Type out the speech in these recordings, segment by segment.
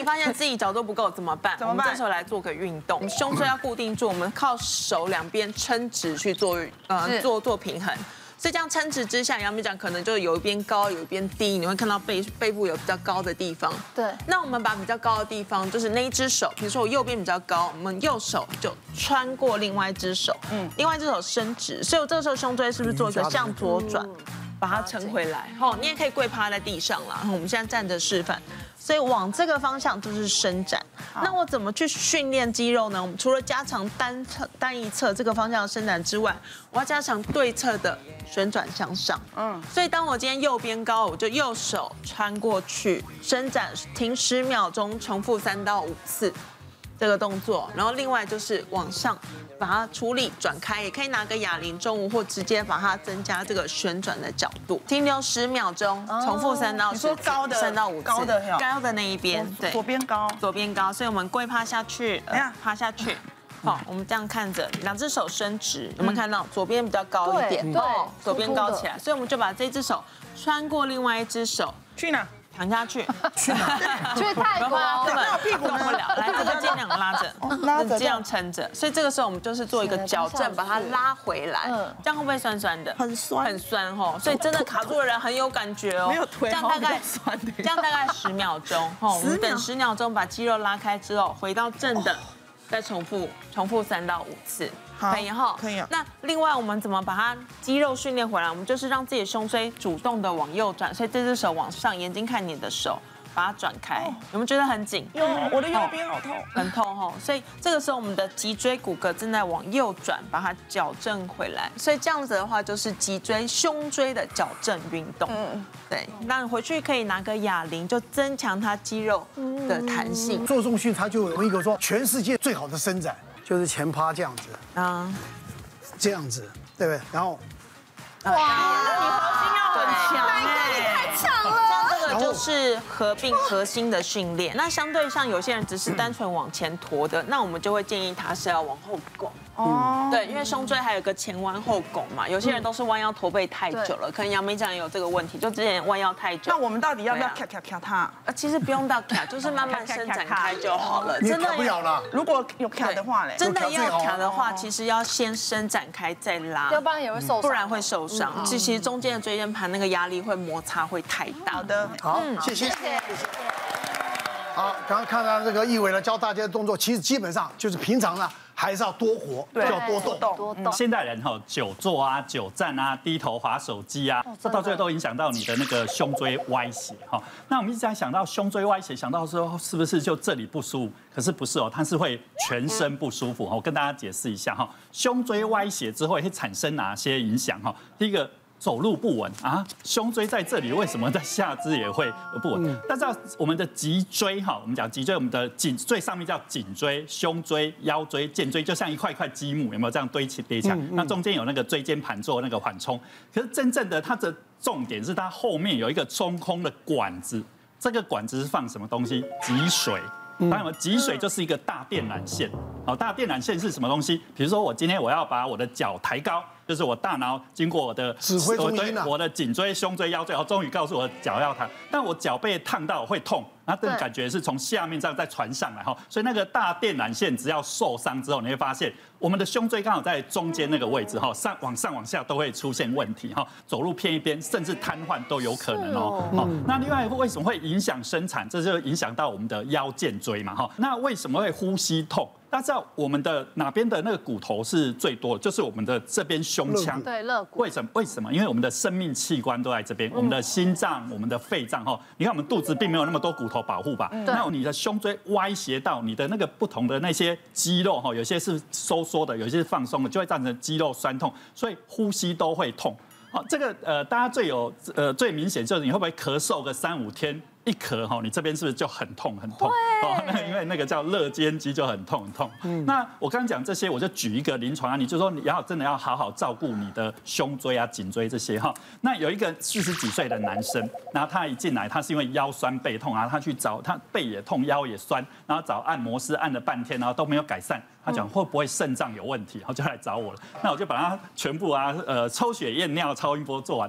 发现自己角度不够怎么办？ 怎么办我们这时候来做个运动，我们胸椎要固定住，我们靠手两边撑直去做平衡。所以这样撑直之下，杨明讲可能就有一边高，有一边低，你会看到背部有比较高的地方。 对。 那我们把比较高的地方，就是那一只手，比如说我右边比较高，我们右手就穿过另外一只手，另外一只手伸直，所以我这个时候胸椎是不是做一个向左转，把它撑回来？哦，你也可以跪趴在地上啦。我们现在站着示范。所以往这个方向就是伸展。那我怎么去训练肌肉呢？我们除了加强单一侧这个方向的伸展之外，我要加强对侧的旋转向上。所以当我今天右边高，我就右手穿过去伸展，停10秒钟，重复3到5次。这个动作，然后另外就是往上把它出力转开，也可以拿个哑铃中午或直接把它增加这个旋转的角度，停留10秒钟，重复3到10次。 你说高的 3到5次，高的那一边，对， 左边高， 左边高，所以我们跪趴下去，趴下去。好，我们这样看着，两只手伸直，有没有看到左边比较高一点？ 对， 左边高起来，所以我们就把这只手穿过另外一只手， 去哪？ 躺下去， 去泰国， 根本屁股动不了，来，这个尽量拉着，这样撑着。所以这个时候我们就是做一个矫正，把它拉回来。这样会不会酸酸的？ 很酸， 很酸哦。所以真的卡住的人很有感觉哦。 没有腿， 这样大概10秒钟。我们等10秒钟把肌肉拉开之后，回到正的，再重复3到5次。可以哈， 可以。 那另外我们怎么把它肌肉训练回来？我们就是让自己的胸椎主动的往右转，所以这只手往上，眼睛看你的手，把它转开。有没有觉得很紧？ 我的右边好痛， 很痛哈。所以这个时候我们的脊椎骨骼正在往右转，把它矫正回来。所以这样子的话，就是脊椎、胸椎的矫正运动。对。那回去可以拿个哑铃，就增强它肌肉的弹性。 做重训，它就有一个说全世界最好的伸展。就是前趴这样子这样子，对不对？然后， 哇，你核心要很强哎，太强了。 这个就是合并核心的训练。那相对上有些人只是单纯往前驼的，那我们就会建议他是要往后拱。对，因为胸椎还有个前弯后拱嘛，有些人都是弯腰驼背太久了，可能杨梅讲也有这个问题，就之前弯腰太久。 那我们到底要不要卡它？ 其实不用到卡，就是慢慢伸展开就好了。 真的不了了。 如果有卡的话嘞， 真的要卡的话，其实要先伸展开再拉， 要不然也会受伤， 不然会受伤。其实中间的椎间盘那个压力会摩擦会太大。 好的， 好，谢谢。好，刚刚看到这个易伟呢教大家的动作，其实基本上就是平常呢还是要多活，要多动。 现代人久坐啊、久站啊、低头滑手机啊，这到最后都影响到你的那个胸椎歪斜哈。那我们一直在想到胸椎歪斜，想到说是不是就这里不舒服？可是不是哦，它是会全身不舒服。我跟大家解释一下哈，胸椎歪斜之后会产生哪些影响哈？第一个。走路不稳啊，胸椎在这里，为什么在下肢也会不稳？大家知道我们的脊椎哈，我们讲脊椎，我们的颈最上面叫颈椎、胸椎、腰椎、肩椎，就像一块块积木，有没有这样叠起来？那中间有那个椎间盘做那个缓冲。可是真正的它的重点是它后面有一个中空的管子，这个管子是放什么东西？脊水。当然，脊髓就是一个大电缆线。好，大电缆线是什么东西？比如说，我今天我要把我的脚抬高，就是我大脑经过我的指挥中心我的颈椎、胸椎、腰椎，然后终于告诉我脚要抬，但我脚被烫到会痛，那这个感觉是从下面这样再传上来哈。所以那个大电缆线只要受伤之后，你会发现我们的胸椎刚好在中间那个位置哈，往上往下都会出现问题哈，走路偏一边，甚至瘫痪都有可能哦。好，那另外为什么会影响生产？这就影响到我们的腰肩椎嘛哈。那为什么会呼吸痛？大家知道我们的哪边的那个骨头是最多的？就是我们的这边胸腔。 对，肋骨。 为什么？因为我们的生命器官都在这边，我们的心脏、我们的肺脏哈。你看我们肚子并没有那么多骨头保护吧？那你的胸椎歪斜到你的那个不同的那些肌肉哈，有些是收缩的，有些是放松的，就会造成肌肉酸痛，所以呼吸都会痛。好，这个大家最明显就是你会不会咳嗽个3-5天？一咳哈，你这边是不是就很痛很痛？哦，那因为那个叫肋间肌就很痛很痛。那我刚刚讲这些，我就举一个临床案例，就是说你真的要好好照顾你的胸椎啊、颈椎这些哈。那有一个40几岁的男生，然后他一进来，他是因为腰酸背痛啊，他去找他背也痛，腰也酸，然后找按摩师按了半天，然后都没有改善。他讲会不会肾脏有问题，然后就来找我了。那我就把他全部抽血验尿、超音波做完，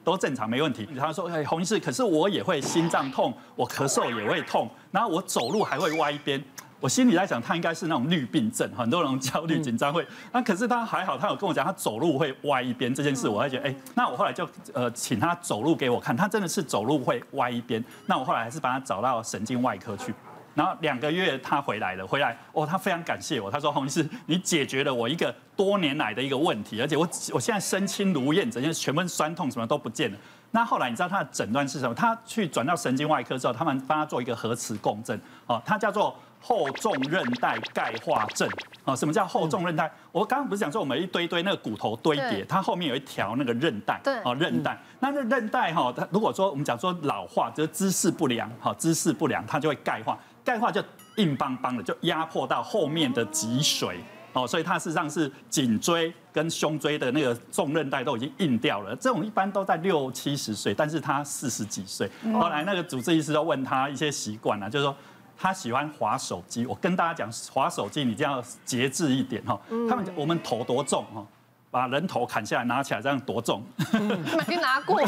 都正常没问题。他说，哎，洪医师，可是我也会心脏痛，我咳嗽也会痛，然后我走路还会歪一边。我心里在想，他应该是那种虑病症，很多人焦虑紧张会。那可是他还好，他有跟我讲，他走路会歪一边这件事，我会觉得，哎，那我后来就请他走路给我看，他真的是走路会歪一边。那我后来还是帮他找到神经外科去。然后2个月他回来哦，他非常感谢我，他说洪医师，你解决了我一个多年来的一个问题，而且我现在身轻如燕，整天全身酸痛什么都不见了。那后来你知道他的诊断是什么？他去转到神经外科之后，他们帮他做一个核磁共振，哦，它叫做后纵韧带钙化症。哦，什么叫后纵韧带？我刚刚不是讲说我们一堆堆那个骨头堆叠，它后面有一条那个韧带，哦，韧带。那韧带哈，它如果说我们讲说老化，就是姿势不良，好，姿势不良，它就会钙化。钙化就硬邦邦的，就压迫到后面的脊髓哦，所以它事实上是颈椎跟胸椎的那个纵韧带都已经硬掉了。这种一般都在60、70岁，但是他40几岁。后来那个主治医师都问他一些习惯啊，就是说他喜欢滑手机。我跟大家讲，滑手机你这样节制一点哈。我们头多重哈？把人头砍下来拿起来，这样多重？ 没拿过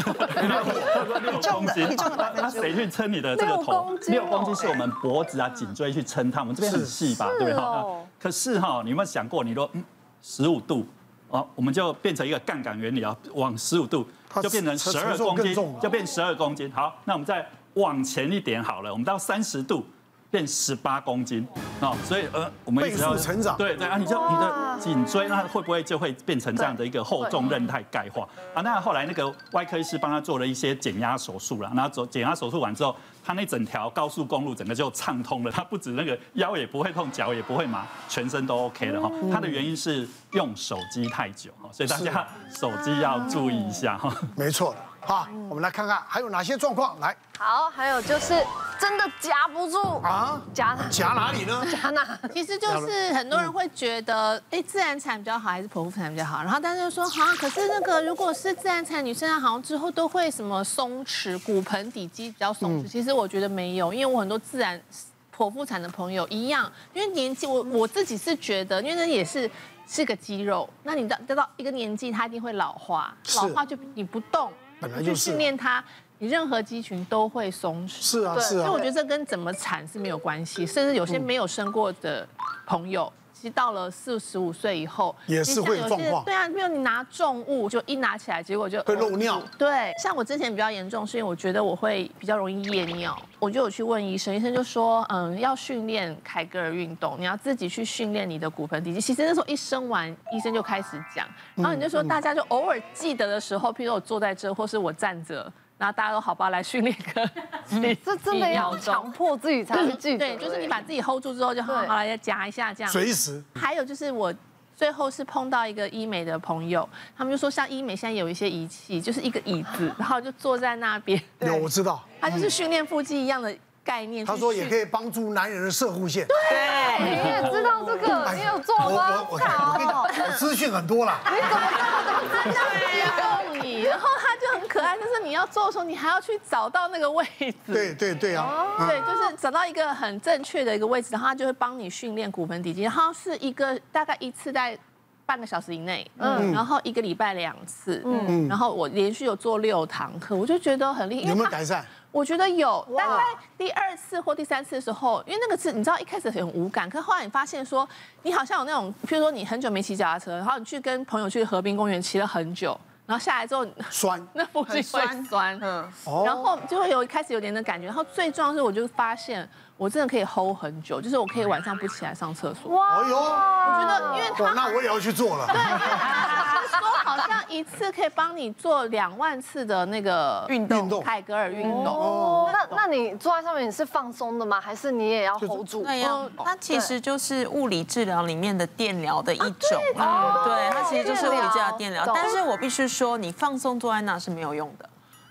，6公斤。那谁去称你的这个头？6公斤是我们脖子啊、颈椎去称它，我们这边很细吧，对不对？可是哈，你有没有想过，你说15度，哦，我们就变成一个杠杆原理啊，往15度就变成12公斤，就变12公斤。好，那我们再往前一点好了，我们到30度。变18公斤哦，所以我们一直要成长， 对啊，你的颈椎那会不会就会变成这样的一个后纵韧带钙化啊？那后来那个外科医师帮他做了一些减压手术了，然后减压手术完之后，他那整条高速公路整个就畅通了，他不止那个腰也不会痛，脚也不会麻，全身都 OK 了哈。他的原因是用手机太久哈，所以大家手机要注意一下哈。 没错。好，我们来看看还有哪些状况。来， 好，还有就是真的夹不住啊，夹哪里呢？ 夹哪？ 其实就是很多人会觉得，哎，自然产比较好还是剖腹产比较好？然后大家就说，好，可是那个如果是自然产，女生好像之后都会什么松弛，骨盆底肌比较松弛。其实我觉得没有，因为我很多自然剖腹产的朋友一样，因为年纪，我自己是觉得，因为那也是个肌肉，那你到一个年纪，它一定会老化，老化就你不动。去训练它，你任何肌群都会松弛。 是啊，是啊。 所以我觉得这跟怎么产是没有关系，甚至有些没有生过的朋友，其实到了45岁以后， 也是会有状况。 对啊，比如你拿重物，就一拿起来，结果就会漏尿。 对，像我之前比较严重，是因为我觉得我会比较容易夜尿，我就有去问医生，医生就说，要训练凯格尔运动，你要自己去训练你的骨盆底肌。其实那时候一生完，医生就开始讲，然后你就说大家就偶尔记得的时候，譬如我坐在这，或是我站着。然后大家都好吧，来训练个这真的要强迫自己才去记得。 对，就是你把自己 hold 住之后，就好来再夹一下这样。 随时。 还有就是我最后是碰到一个医美的朋友，他们就说像医美现在有一些仪器，就是一个椅子，然后就坐在那边。 有，我知道。 它就是训练腹肌一样的概念。 他说也可以帮助男人的射护线。 对，你也知道这个，你有做吗？ 我资讯很多啦。 你怎么知道？ 你，然后他就很可爱，就是你要做的时候，你还要去找到那个位置。 对啊。 对，就是找到一个很正确的一个位置，然后他就会帮你训练骨盆底肌。然后是一个大概一次在半个小时以内，然后1个礼拜2次，然后我连续有做6堂课，我就觉得很厉害。 有没有改善？ 我觉得有，大概第2次或第3次的时候，因为那个是你知道一开始很无感，可是后来你发现说，你好像有那种，譬如说你很久没骑脚踏车，然后你去跟朋友去河滨公园骑了很久。然后下来之后酸， 那附近会酸，然后就会开始有点的感觉，然后最重要是我就发现我真的可以 hold 很久，就是我可以晚上不起来上厕所。哇， 哎呦， 我觉得因为那我也要去做了。 对，他说好像一次可以帮你做2万次的那个运动，凯格尔运动。 哦，那你坐在上面你是放松的吗？还是你也要 hold 住？ 对呀，它其实就是物理治疗里面的电疗的一种。对，它其实就是物理治疗电疗，但是我必须说，你放松坐在那是没有用的。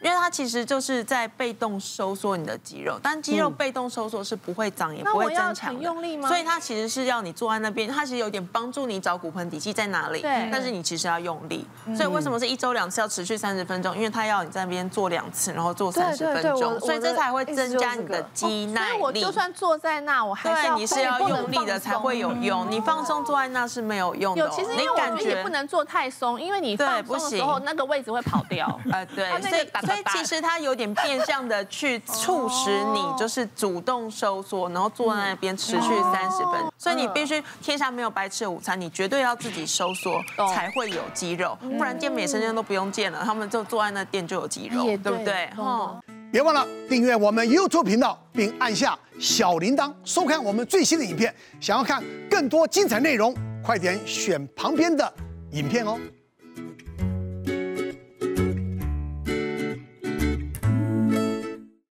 因为它其实就是在被动收缩你的肌肉，但肌肉被动收缩是不会长也不会增强的。 很用力吗？ 所以它其实是要你坐在那边，它其实有点帮助你找骨盆底肌在哪里。 对。 但是你其实要用力，所以为什么是1周2次要持续30分钟？因为它要你在那边做2次，然后做30分钟，所以这才会增加你的肌耐力。 所以我就算坐在那，我还是要你是要用力的才会有用，你放松坐在那是没有用的。 其实因为我觉得也不能坐太松，因为你放松的时候那个位置会跑掉。 对，所以其实它有点变相的去促使你就是主动收缩，然后坐在那边持续30分。所以你必须天下没有白吃的午餐，你绝对要自己收缩才会有肌肉，不然健美生健都不用健了，他们就坐在那店就有肌肉，对不对？ 别忘了订阅我们 YouTube 频道，并按下小铃铛，收看我们最新的影片。想要看更多精彩内容，快点选旁边的影片哦。